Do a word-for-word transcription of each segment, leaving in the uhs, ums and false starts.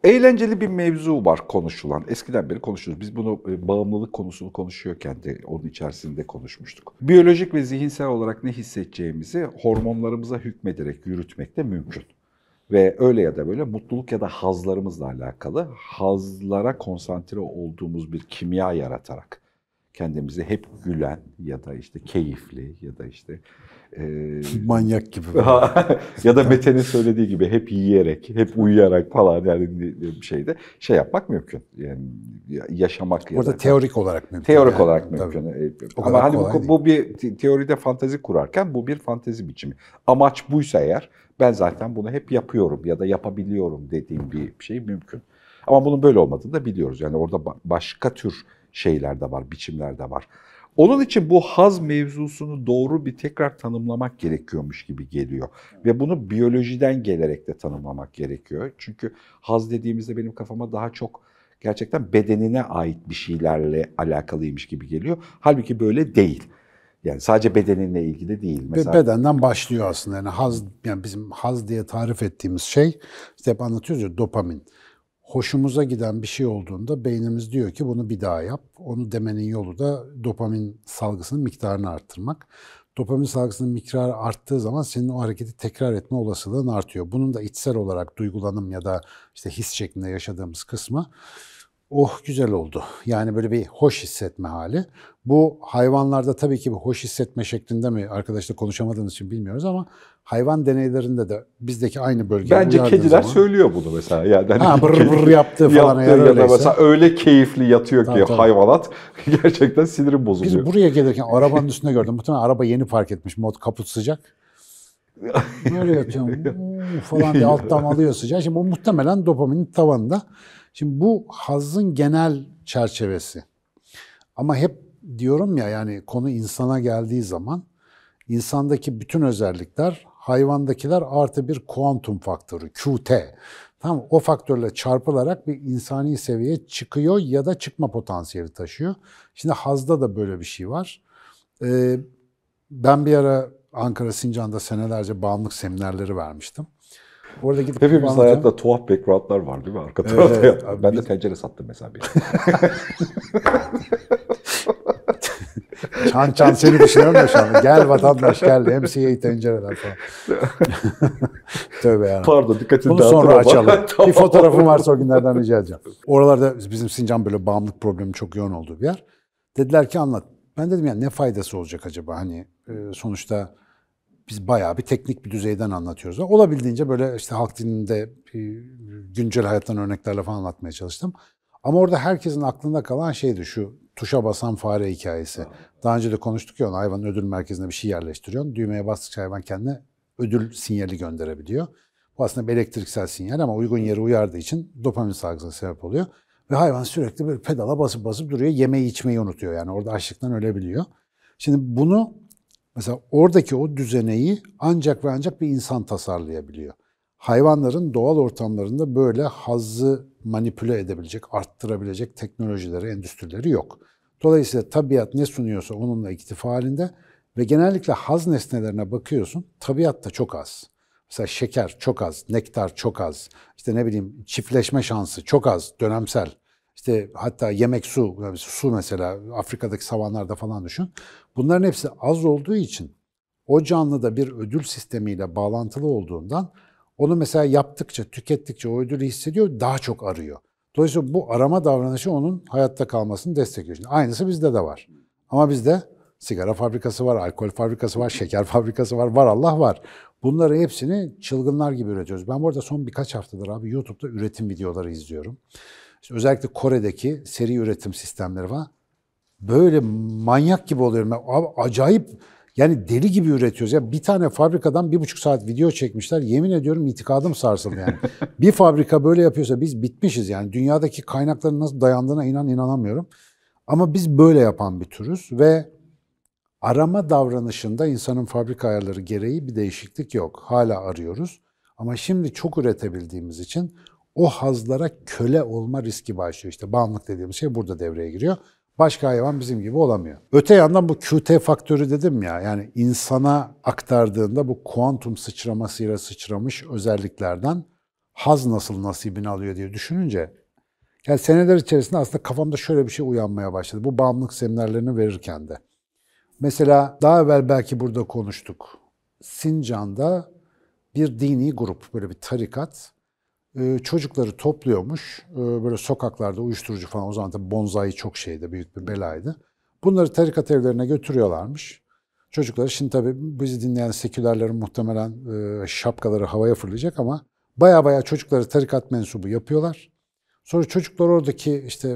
Eğlenceli bir mevzu var konuşulan. Eskiden beri konuşuyoruz. Biz bunu e, bağımlılık konusunu konuşuyorken de onun içerisinde konuşmuştuk. Biyolojik ve zihinsel olarak ne hissedeceğimizi hormonlarımıza hükmederek yürütmek de mümkün. Ve öyle ya da böyle mutluluk ya da hazlarımızla alakalı hazlara konsantre olduğumuz bir kimya yaratarak kendimizi hep gülen ya da işte keyifli ya da işte e, manyak gibi. ya da Mete'nin söylediği gibi hep yiyerek, hep uyuyarak falan yani bir şeyde şey yapmak mümkün. Yani yaşamak ya Orada da teorik olarak mümkün. teorik yani. olarak mümkün. Tabii. Ama hani bu, bu bir teoride fantezi kurarken bu bir fantezi biçimi. Amaç buysa eğer ben zaten bunu hep yapıyorum ya da yapabiliyorum dediğim bir şey mümkün. Ama bunun böyle olmadığını da biliyoruz. Yani orada başka tür şeyler de var, biçimler de var. Onun için bu haz mevzusunu doğru bir tekrar tanımlamak gerekiyormuş gibi geliyor. Ve bunu biyolojiden gelerek de tanımlamak gerekiyor. Çünkü haz dediğimizde benim kafama daha çok gerçekten bedenine ait bir şeylerle alakalıymış gibi geliyor. Halbuki böyle değil. Yani sadece bedeninle ilgili değil. Mesela, bedenden başlıyor aslında. Yani haz, yani bizim haz diye tarif ettiğimiz şey, işte hep anlatıyoruz ya, dopamin. Hoşumuza giden bir şey olduğunda beynimiz diyor ki bunu bir daha yap. Onu demenin yolu da dopamin salgısının miktarını arttırmak. Dopamin salgısının miktarı arttığı zaman senin o hareketi tekrar etme olasılığın artıyor. Bunun da içsel olarak duygulanım ya da işte his şeklinde yaşadığımız kısmı, oh güzel oldu. Yani böyle bir hoş hissetme hali. Bu hayvanlarda tabii ki bir hoş hissetme şeklinde mi, arkadaşla konuşamadığımız için bilmiyoruz ama hayvan deneylerinde de bizdeki aynı bölgeye bence kediler zaman, söylüyor bunu mesela. Yani ha, bır bır yaptığı falan yaptığı eğer ya öyleyse. da mesela öyle keyifli yatıyor tabii, ki tabii. hayvanat gerçekten sinirim bozuluyor. Biz buraya gelirken arabanın üstünde gördüm. Muhtemelen araba yeni park etmiş. Mod kaput sıcak. Böyle yatıyorum falan diye alttan alıyor sıcağı. Şimdi bu muhtemelen dopaminin tavanında. Şimdi bu hazzın genel çerçevesi. Ama hep diyorum ya, yani konu insana geldiği zaman insandaki bütün özellikler hayvandakiler artı bir kuantum faktörü, Q T. Tamam, o faktörle çarpılarak bir insani seviyeye çıkıyor ya da çıkma potansiyeli taşıyor. Şimdi hazda da böyle bir şey var. Ee, ben bir ara Ankara Sincan'da senelerce bağımlılık seminerleri vermiştim. Orada gidip hepimiz bağımlıca... hayatta tuhaf backgroundlar var değil mi? Arka tarafta evet, evet, abi, ben de biz... tencere sattım mesela bir. Çan çan seni düşünüyorum da şu an. Gel vatandaş gel. M C A tencereler falan. Tövbe yani. Pardon, dikkatini bunu sonra açalım. Tamam. Bir fotoğrafım varsa o günlerden rica edeceğim. Oralarda bizim Sincan böyle bağımlılık problemi çok yoğun olduğu bir yer. Dediler ki anlat. Ben dedim yani ne faydası olacak acaba? Hani e, sonuçta biz bayağı bir teknik bir düzeyden anlatıyoruz. Olabildiğince böyle işte halk dilinde güncel hayattan örneklerle falan anlatmaya çalıştım. Ama orada herkesin aklında kalan şeydi şu tuşa basan fare hikayesi. Daha önce de konuştuk ya, onu hayvanın ödül merkezine bir şey yerleştiriyorsun. Düğmeye bastıkça hayvan kendine ödül sinyali gönderebiliyor. Bu aslında bir elektriksel sinyal ama uygun yere uyardığı için dopamin salgısına sebep oluyor. Ve hayvan sürekli böyle pedala basıp basıp duruyor. Yemeği içmeyi unutuyor, yani orada açlıktan ölebiliyor. Şimdi bunu mesela oradaki o düzeneyi ancak ve ancak bir insan tasarlayabiliyor. Hayvanların doğal ortamlarında böyle hazzı manipüle edebilecek, arttırabilecek teknolojileri, endüstrileri yok. Dolayısıyla tabiat ne sunuyorsa onunla iktifa halinde ve genellikle haz nesnelerine bakıyorsun, tabiatta çok az. Mesela şeker çok az, nektar çok az, işte ne bileyim çiftleşme şansı çok az, dönemsel. İşte hatta yemek, su, su mesela Afrika'daki savanlarda falan düşün. Bunların hepsi az olduğu için o canlıda bir ödül sistemiyle bağlantılı olduğundan onu mesela yaptıkça, tükettikçe o ödülü hissediyor, daha çok arıyor. Dolayısıyla bu arama davranışı onun hayatta kalmasını destekliyor. Şimdi aynısı bizde de var. Ama bizde sigara fabrikası var, alkol fabrikası var, şeker fabrikası var, var Allah var. Bunları hepsini çılgınlar gibi üretiyoruz. Ben bu arada son birkaç haftadır abi YouTube'da üretim videoları izliyorum. İşte özellikle Kore'deki seri üretim sistemleri var. Böyle manyak gibi oluyorum. Abi acayip, yani deli gibi üretiyoruz. Ya bir tane fabrikadan bir buçuk saat video çekmişler. Yemin ediyorum itikadım sarsıldı yani. Bir fabrika böyle yapıyorsa biz bitmişiz yani. Dünyadaki kaynakların nasıl dayandığına inan inanamıyorum. Ama biz böyle yapan bir türüz ve arama davranışında insanın fabrika ayarları gereği bir değişiklik yok. Hala arıyoruz. Ama şimdi çok üretebildiğimiz için o hazlara köle olma riski başlıyor. İşte bağımlılık dediğimiz şey burada devreye giriyor. Başka hayvan bizim gibi olamıyor. Öte yandan bu Q T faktörü dedim ya, yani insana aktardığında bu kuantum sıçramasıyla sıçramış özelliklerden haz nasıl nasibini alıyor diye düşününce, yani seneler içerisinde aslında kafamda şöyle bir şey uyanmaya başladı. Bu bağımlılık seminerlerini verirken de. Mesela daha evvel belki burada konuştuk. Sincan'da bir dini grup, böyle bir tarikat, çocukları topluyormuş. Böyle sokaklarda uyuşturucu falan, o zaman tabii bonzai çok şeydi, büyük bir belaydı. Bunları tarikat evlerine götürüyorlarmış. Çocukları, şimdi tabii bizi dinleyen sekülerlerin muhtemelen şapkaları havaya fırlayacak ama baya baya çocukları tarikat mensubu yapıyorlar. Sonra çocuklar oradaki işte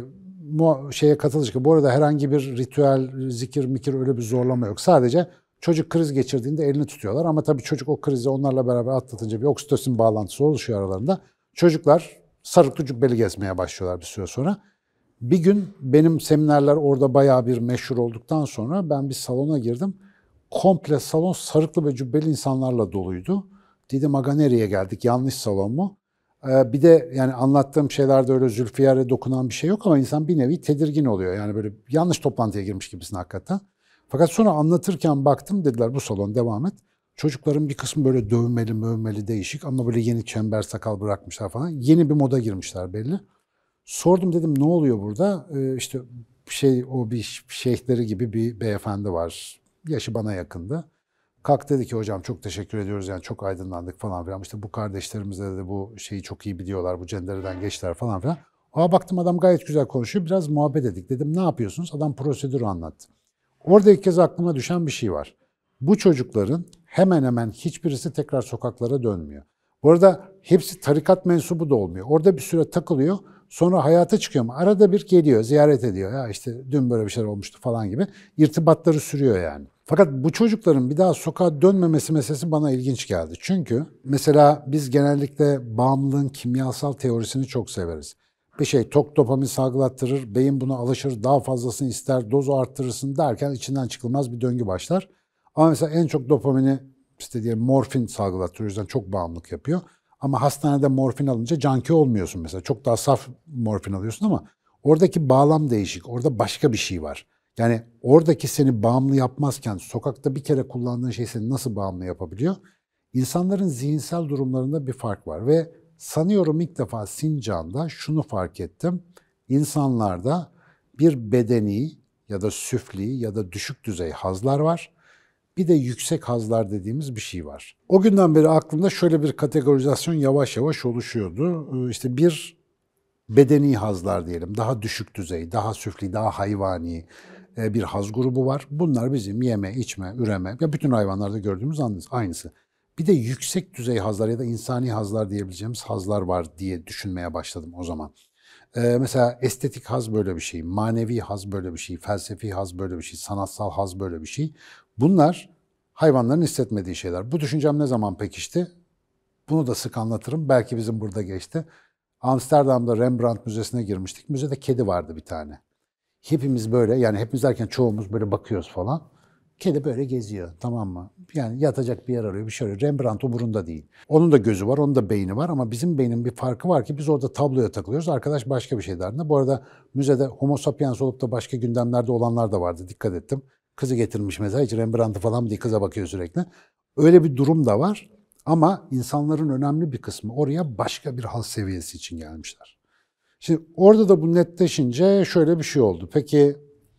şeye katılacak. Bu arada herhangi bir ritüel, zikir, mikir öyle bir zorlama yok. Sadece çocuk kriz geçirdiğinde elini tutuyorlar ama tabii çocuk o krizi onlarla beraber atlatınca bir oksitosin bağlantısı oluşuyor aralarında. Çocuklar sarıklı cübbeli gezmeye başlıyorlar bir süre sonra. Bir gün benim seminerler orada bayağı bir meşhur olduktan sonra ben bir salona girdim. Komple salon sarıklı ve cübbeli insanlarla doluydu. Dedim aga nereye geldik, yanlış salon mu? Ee, bir de yani anlattığım şeylerde öyle zülfiyare dokunan bir şey yok ama insan bir nevi tedirgin oluyor. Yani böyle yanlış toplantıya girmiş gibisin hakikaten. Fakat sonra anlatırken baktım, dediler bu salon devam et. Çocukların bir kısmı böyle dövmeli mövmeli değişik ama böyle yeni çember sakal bırakmışlar falan. Yeni bir moda girmişler belli. Sordum, dedim ne oluyor burada? Ee, işte şey, o bir şeyhleri gibi bir beyefendi var. Yaşı bana yakındı. Kalk dedi ki hocam çok teşekkür ediyoruz, yani çok aydınlandık falan filan. İşte bu kardeşlerimiz de bu şeyi çok iyi biliyorlar, bu cendereden geçtiler falan filan. Aa baktım adam gayet güzel konuşuyor, biraz muhabbet ettik. Dedim ne yapıyorsunuz? Adam prosedürü anlattı. Orada ilk kez aklıma düşen bir şey var. Bu çocukların hemen hemen hiçbirisi tekrar sokaklara dönmüyor. Bu arada hepsi tarikat mensubu da olmuyor. Orada bir süre takılıyor, sonra hayata çıkıyor mu? Arada bir geliyor, ziyaret ediyor. Ya işte dün böyle bir şeyler olmuştu falan gibi. İrtibatları sürüyor yani. Fakat bu çocukların bir daha sokağa dönmemesi meselesi bana ilginç geldi. Çünkü mesela biz genellikle bağımlılığın kimyasal teorisini çok severiz. Bir şey tok dopamin salgılattırır, beyin buna alışır, daha fazlasını ister, dozu arttırırsın derken içinden çıkılmaz bir döngü başlar. Ama mesela en çok dopamini işte diyelim morfin salgılattırıyor, o yüzden çok bağımlılık yapıyor. Ama hastanede morfin alınca canki olmuyorsun mesela. Çok daha saf morfin alıyorsun ama oradaki bağlam değişik, orada başka bir şey var. Yani oradaki seni bağımlı yapmazken sokakta bir kere kullandığın şey seni nasıl bağımlı yapabiliyor? İnsanların zihinsel durumlarında bir fark var ve sanıyorum ilk defa Sincan'da şunu fark ettim. İnsanlarda bir bedeni ya da süfli ya da düşük düzey hazlar var. Bir de yüksek hazlar dediğimiz bir şey var. O günden beri aklımda şöyle bir kategorizasyon yavaş yavaş oluşuyordu. İşte bir bedeni hazlar diyelim, daha düşük düzey, daha süfli, daha hayvani bir haz grubu var. Bunlar bizim yeme, içme, üreme, ya bütün hayvanlarda gördüğümüz aynısı. Bir de yüksek düzey hazlar ya da insani hazlar diyebileceğimiz hazlar var diye düşünmeye başladım o zaman. Ee, mesela estetik haz böyle bir şey, manevi haz böyle bir şey, felsefi haz böyle bir şey, sanatsal haz böyle bir şey. Bunlar hayvanların hissetmediği şeyler. Bu düşüncem ne zaman pekişti? Bunu da sık anlatırım. Belki bizim burada geçti. Amsterdam'da Rembrandt Müzesi'ne girmiştik. Müzede kedi vardı bir tane. Hepimiz böyle, yani hepimiz derken çoğumuz böyle bakıyoruz falan. Kedi böyle geziyor, tamam mı? Yani yatacak bir yer arıyor, bir şey arıyor. Rembrandt umurunda değil. Onun da gözü var, onun da beyni var ama bizim beynin bir farkı var ki biz orada tabloya takılıyoruz. Arkadaş başka bir şey derdinde. Bu arada müzede Homo sapiens olup da başka gündemlerde olanlar da vardı. Dikkat ettim. Kızı getirmiş mesela, hiç Rembrandt'ı falan değil, kıza bakıyor sürekli. Öyle bir durum da var. Ama insanların önemli bir kısmı oraya başka bir haz seviyesi için gelmişler. Şimdi orada da bu netleşince şöyle bir şey oldu. Peki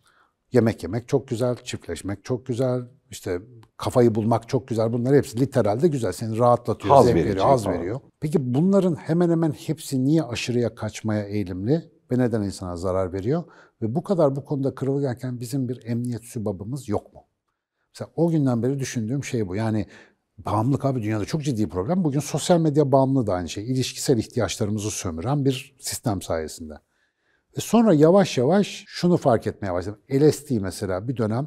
yemek yemek çok güzel, çiftleşmek çok güzel, işte kafayı bulmak çok güzel. Bunlar hepsi literalde güzel. Seni rahatlatıyor, Haz zevk verici veriyor, haz falan. veriyor. Peki bunların hemen hemen hepsi niye aşırıya kaçmaya eğilimli ve neden insana zarar veriyor? Ve bu kadar bu konuda kırılganken bizim bir emniyet sübabımız yok mu? Mesela o günden beri düşündüğüm şey bu. Yani bağımlılık abi dünyada çok ciddi problem. Bugün sosyal medya bağımlılığı da aynı şey. İlişkisel ihtiyaçlarımızı sömüren bir sistem sayesinde. Ve sonra yavaş yavaş şunu fark etmeye başladım. L S D mesela bir dönem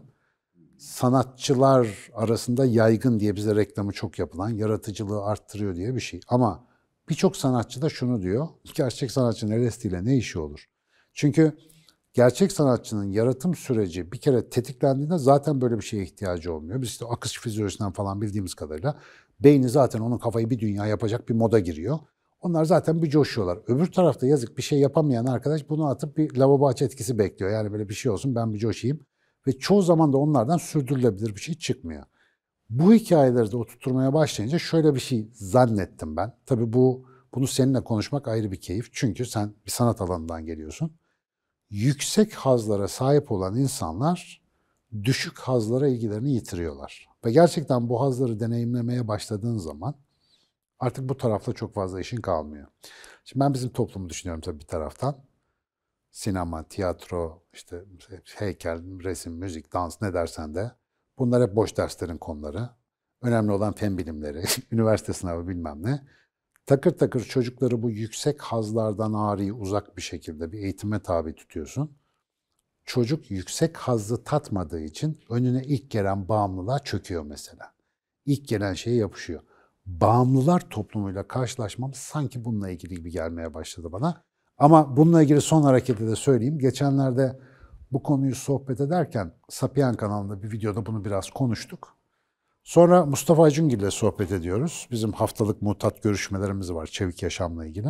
sanatçılar arasında yaygın diye bize reklamı çok yapılan, yaratıcılığı arttırıyor diye bir şey. Ama birçok sanatçı da şunu diyor, gerçek sanatçının L S D ile ne işi olur? Çünkü gerçek sanatçının yaratım süreci bir kere tetiklendiğinde zaten böyle bir şeye ihtiyacı olmuyor. Biz işte akış fizyolojisinden falan bildiğimiz kadarıyla beyni zaten onun kafayı bir dünya yapacak bir moda giriyor. Onlar zaten bir coşuyorlar. Öbür tarafta yazık bir şey yapamayan arkadaş bunu atıp bir lavabo aç etkisi bekliyor. Yani böyle bir şey olsun ben bir coşayım. Ve çoğu zaman da onlardan sürdürülebilir bir şey çıkmıyor. Bu hikayeleri de oturtmaya başlayınca şöyle bir şey zannettim ben. Tabii bu Bunu seninle konuşmak ayrı bir keyif. Çünkü sen bir sanat alanından geliyorsun. Yüksek hazlara sahip olan insanlar düşük hazlara ilgilerini yitiriyorlar. Ve gerçekten bu hazları deneyimlemeye başladığın zaman artık bu tarafta çok fazla işin kalmıyor. Şimdi ben bizim toplumu düşünüyorum tabii bir taraftan. Sinema, tiyatro, işte heykel, resim, müzik, dans ne dersen de bunlar hep boş derslerin konuları. Önemli olan fen bilimleri, üniversite sınavı bilmem ne. Takır takır çocukları bu yüksek hazlardan ari, uzak bir şekilde bir eğitime tabi tutuyorsun. Çocuk yüksek hazzı tatmadığı için önüne ilk gelen bağımlılığa çöküyor mesela. İlk gelen şeye yapışıyor. Bağımlılar toplumuyla karşılaşmamız sanki bununla ilgili gibi gelmeye başladı bana. Ama bununla ilgili son hareketi de söyleyeyim. Geçenlerde bu konuyu sohbet ederken Sapiyen kanalında bir videoda bunu biraz konuştuk. Sonra Mustafa Acungil ile sohbet ediyoruz. Bizim haftalık mutat görüşmelerimiz var çevik yaşamla ilgili.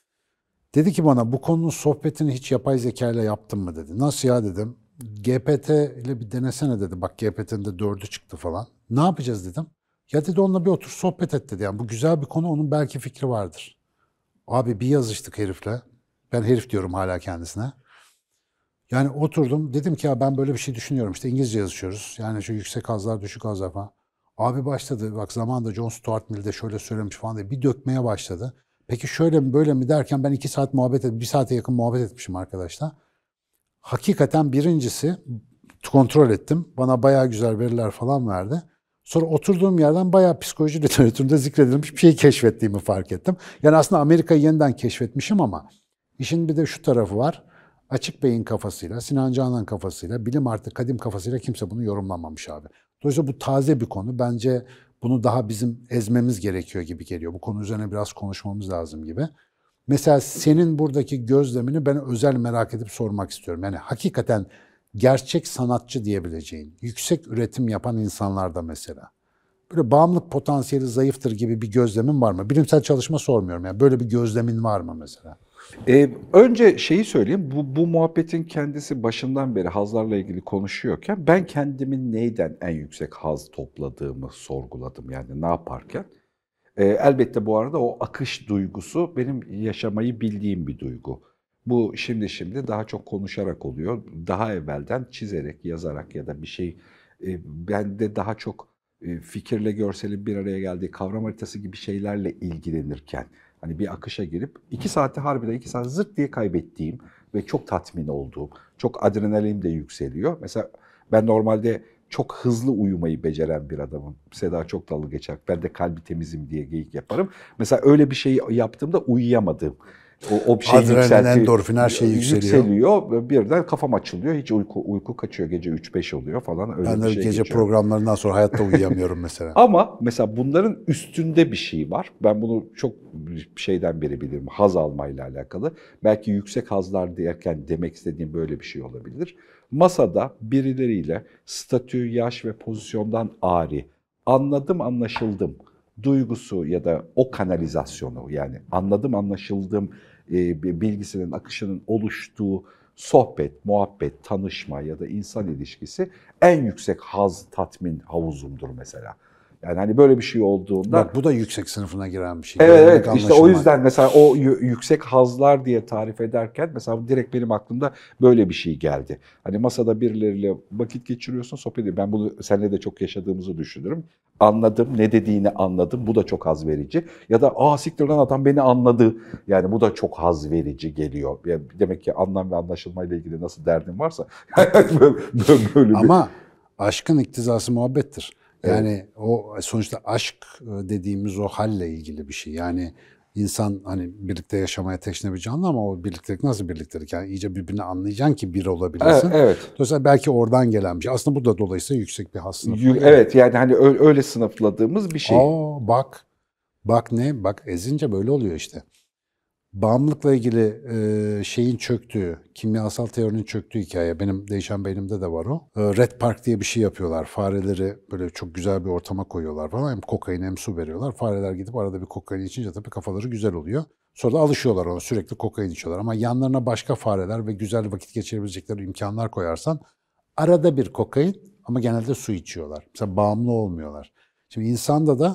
Dedi ki bana bu konunun sohbetini hiç yapay zeka ile yaptın mı dedi. Nasıl ya dedim. G P T ile bir denesene dedi. Bak G P T'nin de dördü çıktı falan. Ne yapacağız dedim. Ya dedi onunla bir otur sohbet et dedi. Yani bu güzel bir konu, onun belki fikri vardır. Abi bir yazıştık herifle. Ben herif diyorum hala kendisine. Yani oturdum dedim ki ya ben böyle bir şey düşünüyorum. İşte İngilizce yazışıyoruz. Yani şu yüksek hazlar düşük hazlar falan. Abi başladı bak zamanında John Stuart Mill de şöyle söylemiş falan diye bir dökmeye başladı. Peki şöyle mi böyle mi derken ben iki saat muhabbet et, bir saate yakın muhabbet etmişim arkadaşlar. Hakikaten birincisi kontrol ettim. Bana bayağı güzel veriler falan verdi. Sonra oturduğum yerden bayağı psikoloji literatüründe zikredilmiş bir şeyi keşfettiğimi fark ettim. Yani aslında Amerika'yı yeniden keşfetmişim ama işin bir de şu tarafı var. Açık beyin kafasıyla, Sinan Canan kafasıyla, bilim artı kadim kafasıyla kimse bunu yorumlamamış abi. Dolayısıyla bu taze bir konu. Bence bunu daha bizim ezmemiz gerekiyor gibi geliyor. Bu konu üzerine biraz konuşmamız lazım gibi. Mesela senin buradaki gözlemini ben özel merak edip sormak istiyorum. Yani hakikaten gerçek sanatçı diyebileceğin, yüksek üretim yapan insanlarda mesela. Böyle bağımlılık potansiyeli zayıftır gibi bir gözlemin var mı? Bilimsel çalışma sormuyorum. Yani böyle bir gözlemin var mı mesela? Ee, önce şeyi söyleyeyim, bu, bu muhabbetin kendisi başından beri hazlarla ilgili konuşuyorken ben kendimin neyden en yüksek haz topladığımı sorguladım yani ne yaparken. Ee, elbette bu arada o akış duygusu benim yaşamayı bildiğim bir duygu. Bu şimdi şimdi daha çok konuşarak oluyor. Daha evvelden çizerek, yazarak ya da bir şey, e, bende daha çok e, fikirle görselin bir araya geldiği kavram haritası gibi şeylerle ilgilenirken, hani bir akışa girip iki saati harbiden iki saat zırt diye kaybettiğim ve çok tatmin olduğum, çok adrenalin de yükseliyor. Mesela ben normalde çok hızlı uyumayı beceren bir adamım. Seda çok dalga geçer. Ben de kalbi temizim diye geyik yaparım. Mesela öyle bir şey yaptığımda uyuyamadım. O, o bir şey Adrenalin, endorfin her şey yükseliyor. Yükseliyor. Birden kafam açılıyor. Hiç uyku uyku kaçıyor. Gece üç beş oluyor falan. Öyle Ben de bir şey gece geçiyor. programlarından sonra hayatta uyuyamıyorum mesela. Ama mesela bunların üstünde bir şey var. Ben bunu çok şeyden beri bilirim. Haz almayla alakalı. Belki yüksek hazlar derken demek istediğim böyle bir şey olabilir. Masada birileriyle statü, yaş ve pozisyondan ari, anladım anlaşıldım duygusu ya da o kanalizasyonu, yani anladım anlaşıldım e, bilgisinin akışının oluştuğu sohbet, muhabbet, tanışma ya da insan ilişkisi en yüksek haz, tatmin havuzumdur mesela. Yani hani böyle bir şey olduğunda... Bak bu da yüksek sınıfına giren bir şey. Evet, Görmek, evet işte o yüzden mesela o yüksek hazlar diye tarif ederken mesela direkt benim aklımda böyle bir şey geldi. Hani masada birileriyle vakit geçiriyorsun, sohbet ediyor. Ben bunu seninle de çok yaşadığımızı düşünürüm. Anladım, ne dediğini anladım. Bu da çok haz verici. Ya da aa siktir lan adam beni anladı. Yani bu da çok haz verici geliyor. Yani demek ki anlam ve anlaşılmayla ilgili nasıl derdim varsa böyle, böyle bir... Ama aşkın iktizası muhabbettir. Yani Evet. o sonuçta aşk dediğimiz o halle ilgili bir şey. Yani insan hani birlikte yaşamaya teşne bir canlı ama o birliktelik nasıl birliktelik? Yani iyice birbirini anlayacaksın ki bir olabilesin. Evet. Dolayısıyla belki oradan gelen bir şey. Aslında bu da dolayısıyla yüksek bir haz sınıfına Y- Evet yani hani öyle, öyle sınıfladığımız bir şey. Aa bak, bak ne? Bak ezince böyle oluyor işte. Bağımlılıkla ilgili e, şeyin çöktüğü, kimyasal teorinin çöktüğü hikaye. Benim Değişen Beynim'de de var o. E, Red Park diye bir şey yapıyorlar. Fareleri böyle çok güzel bir ortama koyuyorlar falan. Hem kokain hem su veriyorlar. Fareler gidip arada bir kokain içince tabii kafaları güzel oluyor. Sonra da alışıyorlar ona. Sürekli kokain içiyorlar. Ama yanlarına başka fareler ve güzel vakit geçirebilecekleri imkanlar koyarsan arada bir kokain ama genelde su içiyorlar. Mesela bağımlı olmuyorlar. Şimdi insanda da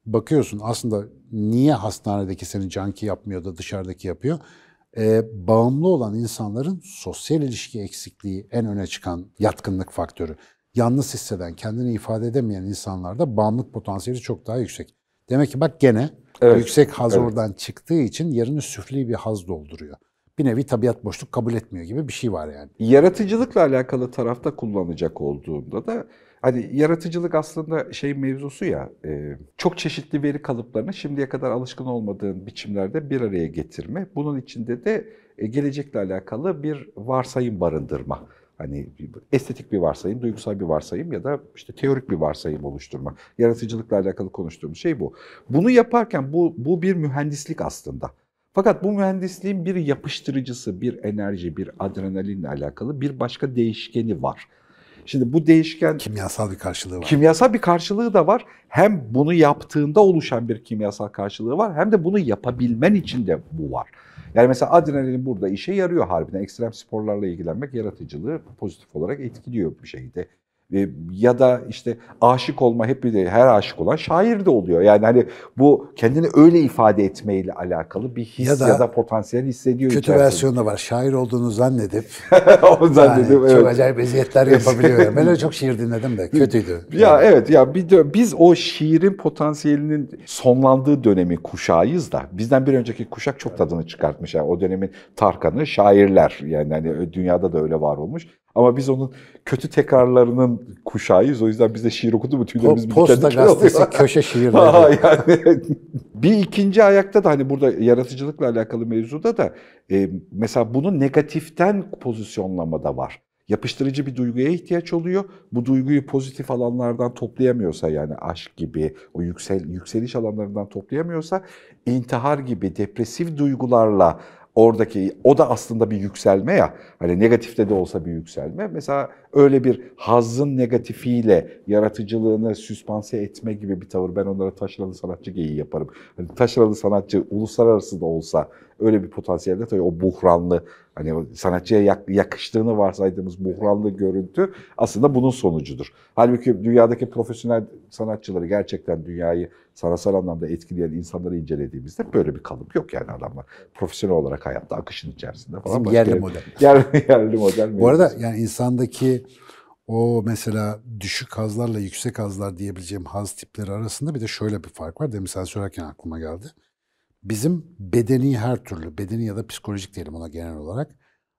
bakıyorsun aslında niye hastanedeki seni canki yapmıyor da dışarıdaki yapıyor? Ee, bağımlı olan insanların sosyal ilişki eksikliği en öne çıkan yatkınlık faktörü. Yalnız hisseden, kendini ifade edemeyen insanlarda bağımlılık potansiyeli çok daha yüksek. Demek ki bak gene Evet, yüksek haz evet. oradan çıktığı için yerini süfli bir haz dolduruyor. Bir nevi tabiat boşluk kabul etmiyor gibi bir şey var yani. Yaratıcılıkla alakalı tarafta kullanacak olduğunda da hani yaratıcılık aslında şey mevzusu ya, e, çok çeşitli veri kalıplarını şimdiye kadar alışkın olmadığın biçimlerde bir araya getirme. Bunun içinde de e, gelecekle alakalı bir varsayım barındırma. Hani estetik bir varsayım, duygusal bir varsayım ya da işte teorik bir varsayım oluşturma. Yaratıcılıkla alakalı konuştuğumuz şey bu. Bunu yaparken bu, bu bir mühendislik aslında. Fakat bu mühendisliğin bir yapıştırıcısı, bir enerji, bir adrenalinle alakalı bir başka değişkeni var. Şimdi bu değişken Kimyasal bir karşılığı var. kimyasal bir karşılığı da var. Hem bunu yaptığında oluşan bir kimyasal karşılığı var, hem de bunu yapabilmen için de bu var. Yani mesela adrenalin burada işe yarıyor harbiden. Ekstrem sporlarla ilgilenmek yaratıcılığı pozitif olarak etkiliyor bir şeyde. E, ya da işte aşık olma, hep bir de her aşık olan şair de oluyor. Yani hani bu kendini öyle ifade etmeyle alakalı bir his ya Ya da, da potansiyel hissediyor Kötü içerisinde. versiyonu da var. Şair olduğunu zannedip Onu zannediyorum, yani evet. çok acayip eziyetler yapabiliyor. Yani. Ben öyle çok şiir dinledim de kötüydü. Ya Yani. evet, ya bir de, biz o şiirin potansiyelinin sonlandığı dönemi kuşağıyız da bizden bir önceki kuşak çok tadını çıkartmış. Yani o dönemin Tarkan'ı şairler, yani hani dünyada da öyle var olmuş. Ama biz onun kötü tekrarlarının kuşağıyız. O yüzden biz de şiir okudu mu tüylerimiz Po- bir Posta diken diken gazetesi oluyor. köşe şiirleri. Ha, yani bir ikinci ayakta da hani burada yaratıcılıkla alakalı mevzuda da e, mesela bunu negatiften pozisyonlamada var. Yapıştırıcı bir duyguya ihtiyaç oluyor. Bu duyguyu pozitif alanlardan toplayamıyorsa, yani aşk gibi o yüksel yükseliş alanlarından toplayamıyorsa, intihar gibi depresif duygularla oradaki, o da aslında bir yükselme ya. Hani negatifte de olsa bir yükselme. Mesela öyle bir hazzın negatifiyle yaratıcılığını süspanse etme gibi bir tavır. Ben onlara taşralı sanatçı geyiği yaparım. Hani taşralı sanatçı uluslararası da olsa öyle bir potansiyelde, tabii o buhranlı, hani o sanatçıya yakıştığını varsaydığımız buhranlı görüntü aslında bunun sonucudur. Halbuki dünyadaki profesyonel sanatçıları, gerçekten dünyayı sanatsal anlamda etkileyen insanları incelediğimizde böyle bir kalıp yok yani adamlar. Profesyonel olarak hayatta akışın içerisinde falan. Bizim yerli model. Yerli, yerli model. Bu arada yani insandaki o mesela düşük hazlarla yüksek hazlar diyebileceğim haz tipleri arasında bir de şöyle bir fark var. Demin sen söylerken aklıma geldi. Bizim bedeni her türlü, bedeni ya da psikolojik diyelim ona genel olarak,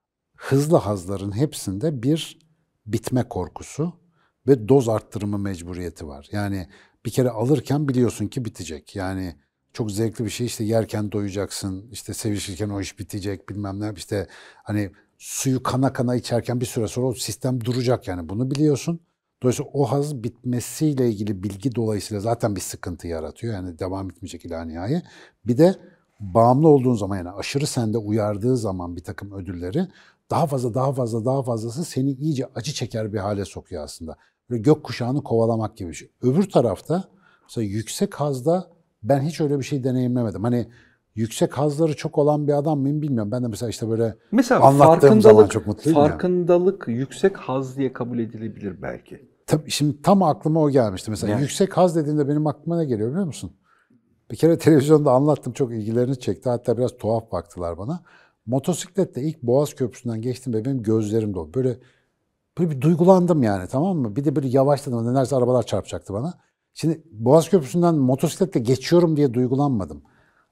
hızlı hazların hepsinde bir bitme korkusu ve doz arttırımı mecburiyeti var. Yani bir kere alırken biliyorsun ki bitecek. Yani çok zevkli bir şey, işte yerken doyacaksın, işte sevişirken o iş bitecek, bilmem ne, işte hani suyu kana kana içerken bir süre sonra o sistem duracak, yani bunu biliyorsun. Dolayısıyla o haz bitmesiyle ilgili bilgi dolayısıyla zaten bir sıkıntı yaratıyor. Yani devam etmeyecek ila nihai. Bir de bağımlı olduğun zaman, yani aşırı sende uyardığı zaman bir takım ödülleri, daha fazla daha fazla daha fazlası seni iyice acı çeker bir hale sokuyor aslında. Böyle gökkuşağını kovalamak gibi bir şey. Öbür tarafta mesela yüksek hazda ben hiç öyle bir şey deneyimlemedim. Hani yüksek hazları çok olan bir adam mıyım bilmiyorum. Ben de mesela işte böyle mesela anlattığım zaman çok mutluyum ya. Farkındalık yüksek haz diye kabul edilebilir belki. Tabii şimdi tam aklıma o gelmişti. Mesela Yani. yüksek haz dediğinde benim aklıma ne geliyor biliyor musun? Bir kere televizyonda anlattım, çok ilgilerini çekti. Hatta biraz tuhaf baktılar bana. Motosikletle ilk Boğaz Köprüsü'nden geçtiğimde benim gözlerim doldu. Böyle, böyle bir duygulandım yani, tamam mı? Bir de böyle yavaşladım. Neredeyse arabalar çarpacaktı bana. Şimdi Boğaz Köprüsü'nden motosikletle geçiyorum diye duygulanmadım.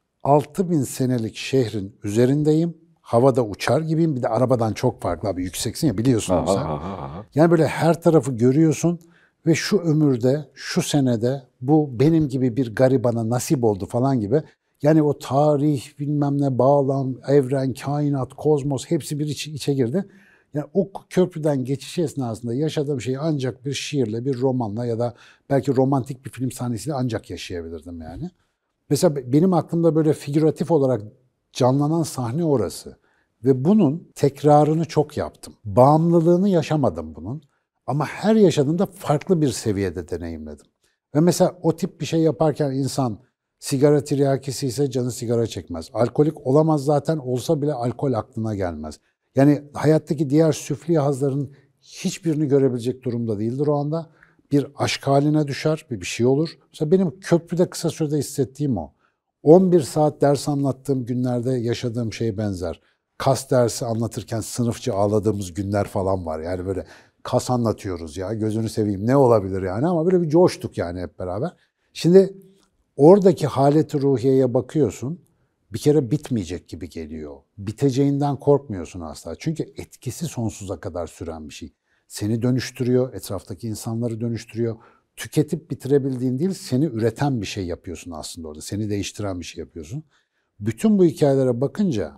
altı bin senelik şehrin üzerindeyim. Havada uçar gibiyim. Bir de arabadan çok farklı abi. Yükseksin ya, biliyorsun Aha, sen. aha, aha. Yani böyle her tarafı görüyorsun ve şu ömürde, şu senede bu benim gibi bir garibana nasip oldu falan gibi. Yani o tarih, bilmem ne, bağlam, evren, kainat, kozmos hepsi bir iç, içe girdi. Yani o köprüden geçiş esnasında yaşadığım şeyi ancak bir şiirle, bir romanla ya da belki romantik bir film sahnesiyle ancak yaşayabilirdim yani. Mesela benim aklımda böyle figüratif olarak canlanan sahne orası. Ve bunun tekrarını çok yaptım. Bağımlılığını yaşamadım bunun. Ama her yaşadığımda farklı bir seviyede deneyimledim. Ve mesela o tip bir şey yaparken insan sigara tiryakisi ise canı sigara çekmez. Alkolik olamaz zaten, olsa bile alkol aklına gelmez. Yani hayattaki diğer süfli hazların hiçbirini görebilecek durumda değildir o anda. bir aşk haline düşer, bir bir şey olur. Mesela benim köprüde kısa sürede hissettiğim o. on bir saat ders anlattığım günlerde yaşadığım şeye benzer. Kas dersi anlatırken sınıfça ağladığımız günler falan var. Yani böyle kas anlatıyoruz ya, gözünü seveyim, ne olabilir yani, ama böyle bir coştuk yani hep beraber. Şimdi oradaki haleti ruhiyeye bakıyorsun, bir kere bitmeyecek gibi geliyor. Biteceğinden korkmuyorsun asla. Çünkü etkisi sonsuza kadar süren bir şey. Seni dönüştürüyor, etraftaki insanları dönüştürüyor. Tüketip bitirebildiğin değil, seni üreten bir şey yapıyorsun aslında orada. Seni değiştiren bir şey yapıyorsun. Bütün bu hikayelere bakınca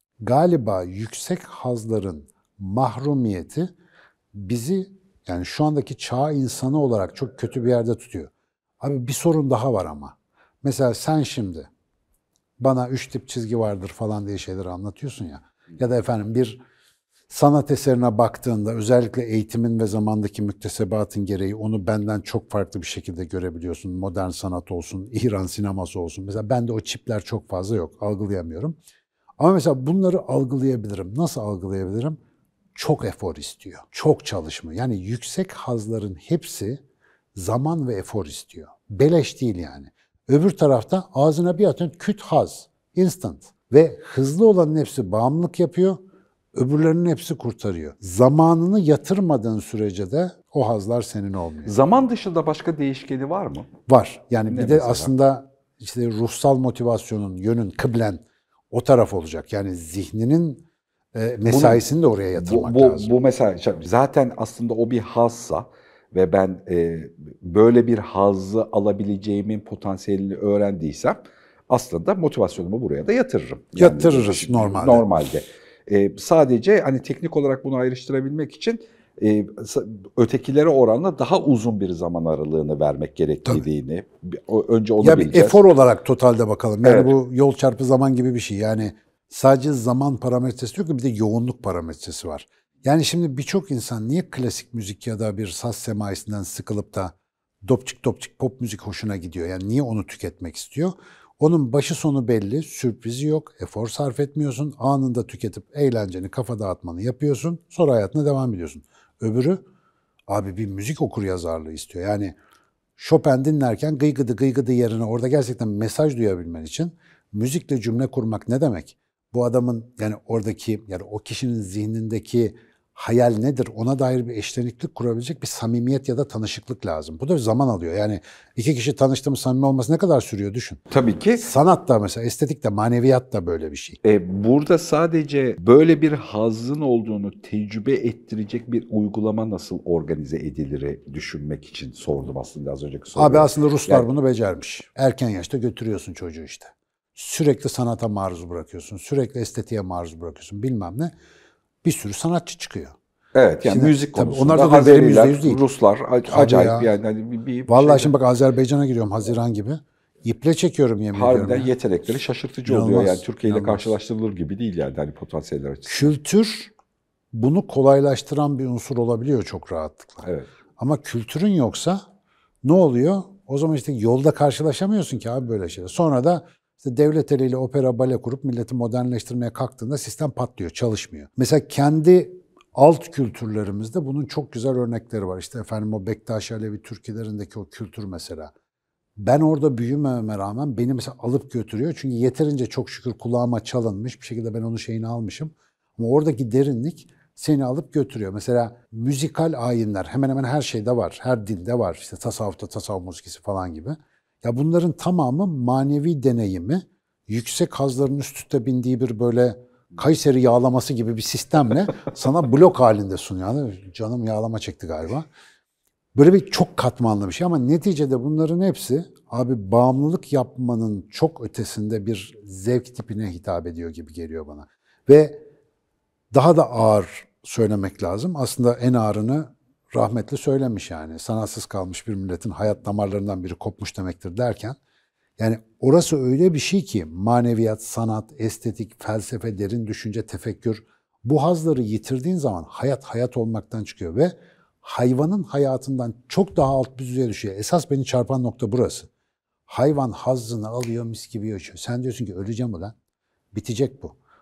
galiba yüksek hazların mahrumiyeti bizi, yani şu andaki çağ insanı olarak çok kötü bir yerde tutuyor. Abi bir sorun daha var ama. Mesela sen şimdi bana üç tip çizgi vardır falan diye şeyleri anlatıyorsun ya. Ya da efendim bir sanat eserine baktığında özellikle eğitimin ve zamandaki müktesebatın gereği onu benden çok farklı bir şekilde görebiliyorsun. Modern sanat olsun, İran sineması olsun. Mesela bende o çipler çok fazla yok, algılayamıyorum. Ama mesela bunları algılayabilirim. Nasıl algılayabilirim? Çok efor istiyor, çok çalışma. Yani yüksek hazların hepsi zaman ve efor istiyor. Beleş değil yani. Öbür tarafta ağzına bir atın küt haz, instant. Ve hızlı olanın hepsi bağımlılık yapıyor, öbürlerinin hepsi kurtarıyor. Zamanını yatırmadığın sürece de o hazlar senin olmuyor. Zaman dışında başka değişkeni var mı? Var. Yani Ne bir de mesela? aslında işte ruhsal motivasyonun, yönün, kıblen o taraf olacak. Yani zihninin e, mesaisini de oraya yatırmak bu, bu, lazım. Bu mesela zaten aslında o bir hazsa ve ben e, böyle bir hazzı alabileceğimin potansiyelini öğrendiysem aslında motivasyonumu buraya da yatırırım. Yani, Yatırırız normalde. Normalde. E, sadece hani teknik olarak bunu ayrıştırabilmek için e, ötekilere oranla daha uzun bir zaman aralığını vermek gerektiğini Tabii. önce onu ya bileceğiz. Bir efor olarak totalde bakalım. Yani Evet. bu yol çarpı zaman gibi bir şey. Yani sadece zaman parametresi yok ki bir de yoğunluk parametresi var. Yani şimdi birçok insan niye klasik müzik ya da bir saz semaisinden sıkılıp da dopçik dopçik pop müzik hoşuna gidiyor? Yani niye onu tüketmek istiyor? Onun başı sonu belli, sürprizi yok, efor sarf etmiyorsun, anında tüketip eğlenceni, kafa dağıtmanı yapıyorsun, sonra hayatına devam ediyorsun. Öbürü, abi bir müzik okuryazarlığı istiyor. Yani Chopin dinlerken gıygıdı gıygıdı yerine orada gerçekten mesaj duyabilmen için müzikle cümle kurmak ne demek? Bu adamın yani oradaki yani o kişinin zihnindeki hayal nedir? Ona dair bir eşleniklik kurabilecek bir samimiyet ya da tanışıklık lazım. Bu da zaman alıyor. Yani iki kişi tanıştı mı samimi olması ne kadar sürüyor düşün. Tabii ki. Sanat da mesela, estetik de, maneviyat da böyle bir şey. E, burada sadece böyle bir hazzın olduğunu tecrübe ettirecek bir uygulama nasıl organize edilir düşünmek için sordum aslında az önceki soruyu. Abi aslında Ruslar Yani- bunu becermiş. Erken yaşta götürüyorsun çocuğu işte. Sürekli sanata maruz bırakıyorsun, sürekli estetiğe maruz bırakıyorsun, bilmem ne. Bir sürü sanatçı çıkıyor. Evet yani Şimdi, müzik tabii konusunda onlarda da verim yüzde Azeriler, yüz değil. Ruslar ac- Tabii acayip ya. yani hani bir, bir Vallahi şeyde- şimdi bak Azerbaycan'a gidiyorum Haziran gibi. İple çekiyorum yemin ediyorum harbiden ya. yetenekleri şaşırtıcı İnanılmaz, oluyor. Yani Türkiye ile inanılmaz. karşılaştırılır gibi değil yani hani potansiyeller açısından. Kültür bunu kolaylaştıran bir unsur olabiliyor çok rahatlıkla. Evet. Ama kültürün yoksa ne oluyor? O zaman işte yolda karşılaşamıyorsun ki abi böyle şeyler. Sonra da işte devlet eliyle opera bale kurup milleti modernleştirmeye kalktığında sistem patlıyor, çalışmıyor. Mesela kendi alt kültürlerimizde bunun çok güzel örnekleri var. İşte efendim o Bektaşi Alevi Türkilerindeki o kültür mesela. Ben orada büyümememe rağmen beni mesela alıp götürüyor. Çünkü yeterince çok şükür kulağıma çalınmış bir şekilde ben onun şeyini almışım. Ama oradaki derinlik seni alıp götürüyor. Mesela müzikal ayinler hemen hemen her şeyde var. Her dinde var. İşte tasavvufta tasavvuf musikisi falan gibi. Ya bunların tamamı manevi deneyimi yüksek hazların üst üste bindiği bir böyle Kayseri yağlaması gibi bir sistemle sana blok halinde sunuyor. Canım yağlama çekti galiba. Böyle bir çok katmanlı bir şey ama neticede bunların hepsi abi bağımlılık yapmanın çok ötesinde bir zevk tipine hitap ediyor gibi geliyor bana. Ve daha da ağır söylemek lazım. Aslında en ağırını rahmetli söylemiş yani. Sanatsız kalmış bir milletin hayat damarlarından biri kopmuş demektir derken. Yani orası öyle bir şey ki maneviyat, sanat, estetik, felsefe, derin düşünce, tefekkür bu hazları yitirdiğin zaman hayat hayat olmaktan çıkıyor ve hayvanın hayatından çok daha alt bir düzeye düşüyor. Esas beni çarpan nokta burası. Hayvan hazzını alıyor, mis gibi yaşıyor. Sen diyorsun ki öleceğim ulan. Bitecek bu.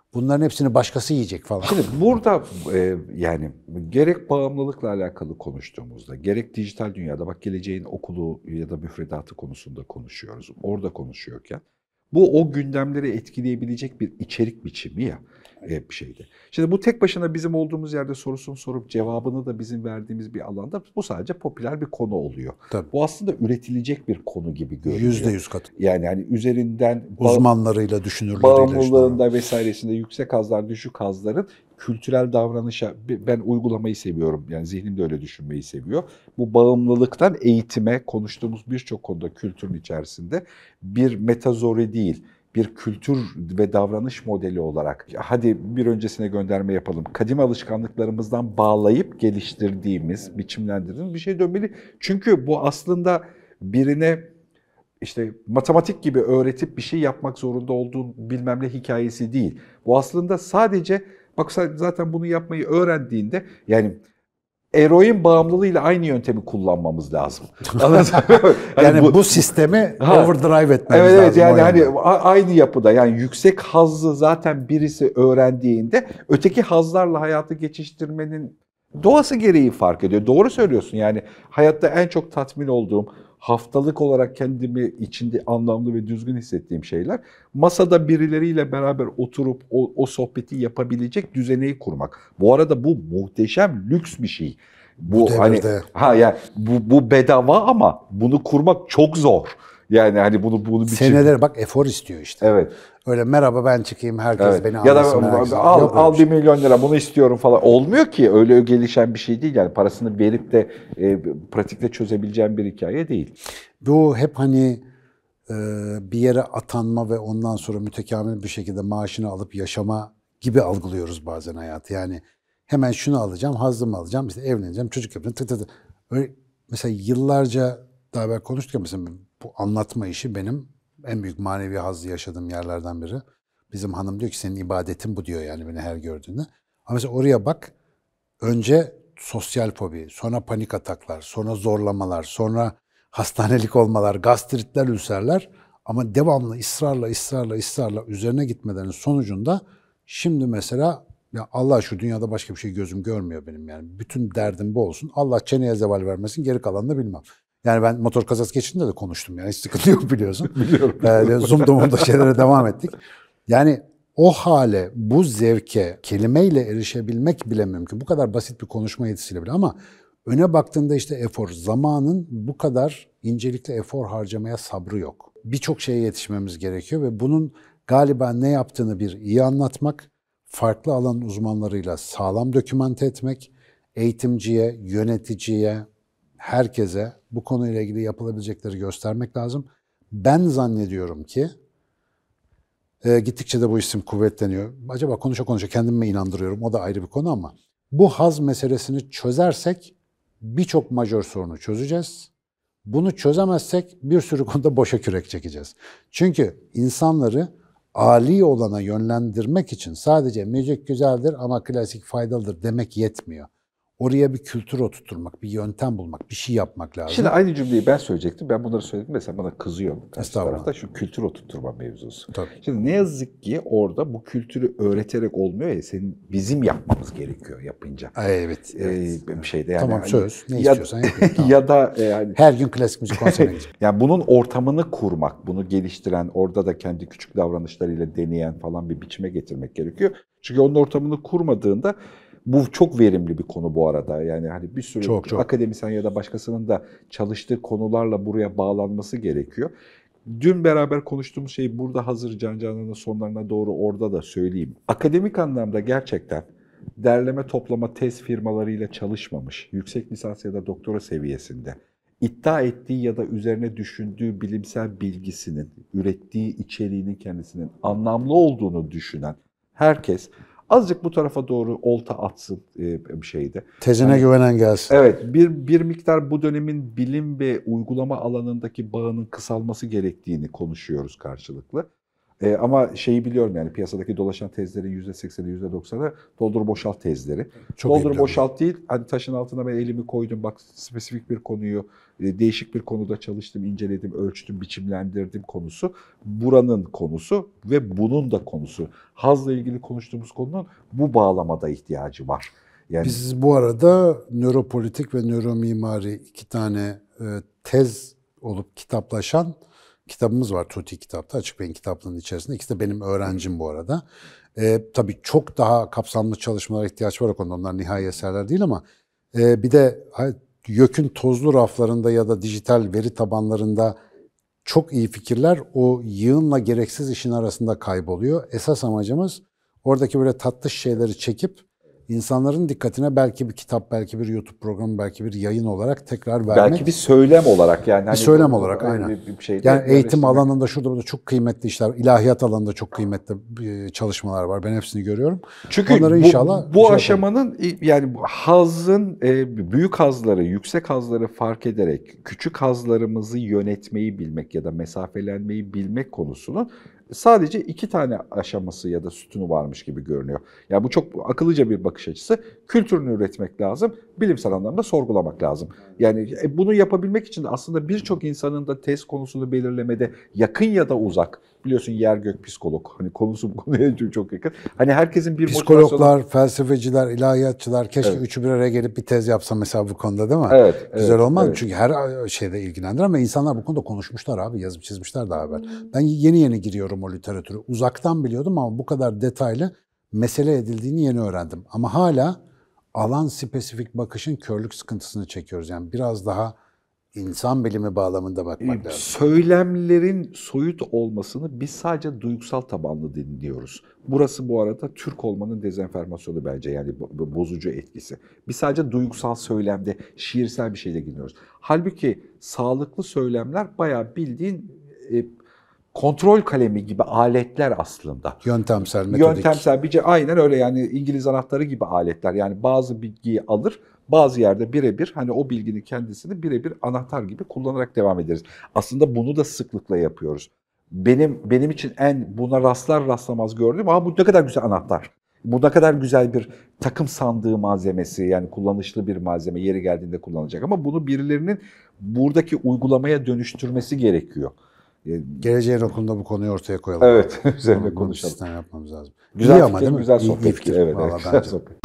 Bunların hepsini başkası yiyecek falan. Şimdi burada e, yani gerek bağımlılıkla alakalı konuştuğumuzda, gerek dijital dünyada, bak geleceğin okulu ya da müfredatı konusunda konuşuyoruz. Orada konuşuyorken bu o gündemleri etkileyebilecek bir içerik biçimi ya e, bir şeyde. Şimdi bu tek başına bizim olduğumuz yerde sorusunu sorup cevabını da bizim verdiğimiz bir alanda bu sadece popüler bir konu oluyor. Tabii. Bu aslında üretilecek bir konu gibi görünüyor. Yüzde yüz katı. Yani hani üzerinden Uzmanlarıyla, düşünürleriyle. bağımlılığında vesairesinde yüksek hazlar, düşük hazların kültürel davranışa, ben uygulamayı seviyorum. Yani zihnim de öyle düşünmeyi seviyor. Bu bağımlılıktan eğitime, konuştuğumuz birçok konuda kültürün içerisinde bir metazori değil, bir kültür ve davranış modeli olarak hadi bir öncesine gönderme yapalım. Kadim alışkanlıklarımızdan bağlayıp geliştirdiğimiz, biçimlendirdiğimiz bir şey dönmeli. Çünkü bu aslında birine işte matematik gibi öğretip bir şey yapmak zorunda olduğun bilmem ne hikayesi değil. Bu aslında sadece bak zaten bunu yapmayı öğrendiğinde yani eroin bağımlılığıyla aynı yöntemi kullanmamız lazım. yani, yani bu, bu sistemi ha, overdrive etmemiz evet, lazım. Evet yani hani aynı yapıda yani yüksek hazzı zaten birisi öğrendiğinde öteki hazlarla hayatı geçiştirmenin doğası gereği fark ediyor. Doğru söylüyorsun yani hayatta en çok tatmin olduğum, haftalık olarak kendimi içinde anlamlı ve düzgün hissettiğim şeyler masada birileriyle beraber oturup o, o sohbeti yapabilecek düzeneyi kurmak. Bu arada bu muhteşem lüks bir şey. Bu, bu hani ha yani bu, bu bedava ama bunu kurmak çok zor. Yani hani bunu bunu bir seneler bak efor istiyor işte. Evet. Öyle merhaba ben çıkayım herkes Evet. beni anlasın. Ya anlasın. da al, al, al bir milyon lira bunu istiyorum falan. Olmuyor ki öyle gelişen bir şey değil yani parasını verip de e, pratikte çözebileceğim bir hikaye değil. Bu hep hani e, bir yere atanma ve ondan sonra mütekamil bir şekilde maaşını alıp yaşama gibi algılıyoruz bazen hayatı. Yani hemen şunu alacağım, hazzımı alacağım, işte evleneceğim, çocuk yapacağım. Tı tı tı. Öyle, mesela yıllarca daha evvel konuştuk ya mesela bu anlatma işi benim en büyük manevi hazzı yaşadığım yerlerden biri. Bizim hanım diyor ki senin ibadetin bu diyor yani beni her gördüğünde. Ama mesela oraya bak, önce sosyal fobi, sonra panik ataklar, sonra zorlamalar, sonra hastanelik olmalar, gastritler, ülserler ama devamlı ısrarla, ısrarla, ısrarla üzerine gitmelerin sonucunda şimdi mesela ya Allah şu dünyada başka bir şey gözüm görmüyor benim yani. Bütün derdim bu olsun. Allah çeneye zeval vermesin, geri kalanını bilmem. Yani ben motor kazası geçtiğinde de konuştum yani hiç sıkıntı yok biliyorsun. Biliyorum. Ee, Zoom'da şeylere devam ettik. Yani o hale, bu zevke, kelimeyle erişebilmek bile mümkün. Bu kadar basit bir konuşma yetisiyle bile ama öne baktığında işte efor, zamanın bu kadar incelikle efor harcamaya sabrı yok. Birçok şeye yetişmemiz gerekiyor ve bunun galiba ne yaptığını bir iyi anlatmak, farklı alan uzmanlarıyla sağlam dokümante etmek, eğitimciye, yöneticiye, herkese bu konuyla ilgili yapılabilecekleri göstermek lazım. Ben zannediyorum ki e, gittikçe de bu isim kuvvetleniyor. Acaba konuşa konuşa kendimi mi inandırıyorum? O da ayrı bir konu ama bu haz meselesini çözersek birçok majör sorunu çözeceğiz. Bunu çözemezsek bir sürü konuda boşa kürek çekeceğiz. Çünkü insanları âli olana yönlendirmek için sadece müzik güzeldir ama klasik faydalıdır demek yetmiyor. Oraya bir kültür oturtturmak, bir yöntem bulmak, bir şey yapmak lazım. Şimdi aynı cümleyi ben söyleyecektim. Ben bunları söyledim mesela bana kızıyor. Karşı Estağfurullah. tarafta şu kültür oturtturma mevzusu. Tabii. Şimdi ne yazık ki orada bu kültürü öğreterek olmuyor ya senin bizim yapmamız gerekiyor yapınca. Ay, evet. evet. Ee, bir şeyde yani. Tamam hani, söz. Ne ya, istiyorsan yapayım. Tamam. Ya da e, yani, her gün klasik müzik konserine gideceğim. Yani bunun ortamını kurmak, bunu geliştiren, orada da kendi küçük davranışlarıyla deneyen falan bir biçime getirmek gerekiyor. Çünkü onun ortamını kurmadığında bu çok verimli bir konu bu arada. Yani hani bir sürü çok, çok. akademisyen ya da başkasının da çalıştığı konularla buraya bağlanması gerekiyor. Dün beraber konuştuğumuz şey burada hazır Can Canan'ın sonlarına doğru orada da söyleyeyim. Akademik anlamda gerçekten derleme toplama tez firmalarıyla çalışmamış, yüksek lisans ya da doktora seviyesinde iddia ettiği ya da üzerine düşündüğü bilimsel bilgisinin, ürettiği içeriğinin kendisinin anlamlı olduğunu düşünen herkes azıcık bu tarafa doğru olta atsın e, bir şeyde. Tezine yani, güvenen gelsin. Evet, bir bir miktar bu dönemin bilim ve uygulama alanındaki bağının kısalması gerektiğini konuşuyoruz karşılıklı. E, ama şeyi biliyorum yani piyasadaki dolaşan tezlerin yüzde sekseni, yüzde doksanı doldur boşalt tezleri. Çok iyi doldur biliyorum. boşalt değil, hani taşın altına ben elimi koydum, bak spesifik bir konuyu, e, değişik bir konuda çalıştım, inceledim, ölçtüm, biçimlendirdim konusu. Buranın konusu ve bunun da konusu. Hazla ilgili konuştuğumuz konunun bu bağlamada ihtiyacı var. Yani Biz bu arada nöropolitik ve nöromimari iki tane e, tez olup kitaplaşan kitabımız var Tuti kitapta, Açık Beyin kitaplığının içerisinde. İkisi de benim öğrencim bu arada. E, tabii çok daha kapsamlı çalışmalara ihtiyaç var o konuda. Onlar nihai eserler değil ama e, bir de YÖK'ün tozlu raflarında ya da dijital veri tabanlarında çok iyi fikirler o yığınla gereksiz işin arasında kayboluyor. Esas amacımız oradaki böyle tatlış şeyleri çekip İnsanların dikkatine belki bir kitap, belki bir YouTube programı, belki bir yayın olarak tekrar vermek. belki bir söylem olarak yani. Bir hani söylem bu- olarak bu- aynen. Bir, bir şeyde Yani eğitim yerleştirmek. alanında şurada burada çok kıymetli işler, ilahiyat alanında çok kıymetli e, çalışmalar var. Ben hepsini görüyorum. Çünkü Onları bu, inşallah bu şey aşamanın yani bu hazın e, büyük hazları, yüksek hazları fark ederek küçük hazlarımızı yönetmeyi bilmek ya da mesafelenmeyi bilmek konusunun sadece iki tane aşaması ya da sütunu varmış gibi görünüyor. Yani bu çok akıllıca bir bakış açısı. Kültürünü üretmek lazım, bilimsel anlamda sorgulamak lazım. Yani e, bunu yapabilmek için de aslında birçok insanın da tez konusunu belirlemede yakın ya da uzak. Biliyorsun yer gök psikolog. Hani konusu bu konuya çok yakın. Hani herkesin bir Psikologlar, felsefeciler, ilahiyatçılar keşke Evet. üçü bir araya gelip bir tez yapsa mesela bu konuda değil mi? Evet, Güzel evet, olmaz mı? evet. Çünkü her şeyde ilgilendirir ama insanlar bu konuda konuşmuşlar abi, yazıp çizmişler daha evvel. Ben yeni yeni giriyorum o literatüre. Uzaktan biliyordum ama bu kadar detaylı mesele edildiğini yeni öğrendim. Ama hala alan spesifik bakışın körlük sıkıntısını çekiyoruz. Yani biraz daha insan bilimi bağlamında bakmak lazım. Söylemlerin soyut olmasını biz sadece duygusal tabanlı dinliyoruz. Burası bu arada Türk olmanın dezenformasyonu bence, yani bo- bozucu etkisi. Biz sadece duygusal söylemde, şiirsel bir şeyle dinliyoruz. Halbuki sağlıklı söylemler bayağı bildiğin e, kontrol kalemi gibi aletler aslında. Yöntemsel, metodik. Yöntemsel bir aynen öyle, yani İngiliz anahtarı gibi aletler. Yani bazı bilgiyi alır, bazı yerde birebir hani o bilginin kendisini birebir anahtar gibi kullanarak devam ederiz. Aslında bunu da sıklıkla yapıyoruz. Benim benim için en buna rastlar rastlamaz gördüğüm, aa bu ne kadar güzel anahtar. Bu ne kadar güzel bir takım sandığı malzemesi, yani kullanışlı bir malzeme, yeri geldiğinde kullanılacak. Ama bunu birilerinin buradaki uygulamaya dönüştürmesi gerekiyor. Geleceğin okulunda bu konuyu ortaya koyalım. Evet, üzerine Bunu konuşalım. Sistem yapmamız lazım. Güzel İyi ama fikir, değil mi? güzel İyi- iyi sohbet. fikir. Evet, Vallahi evet, güzel bence. sohbet.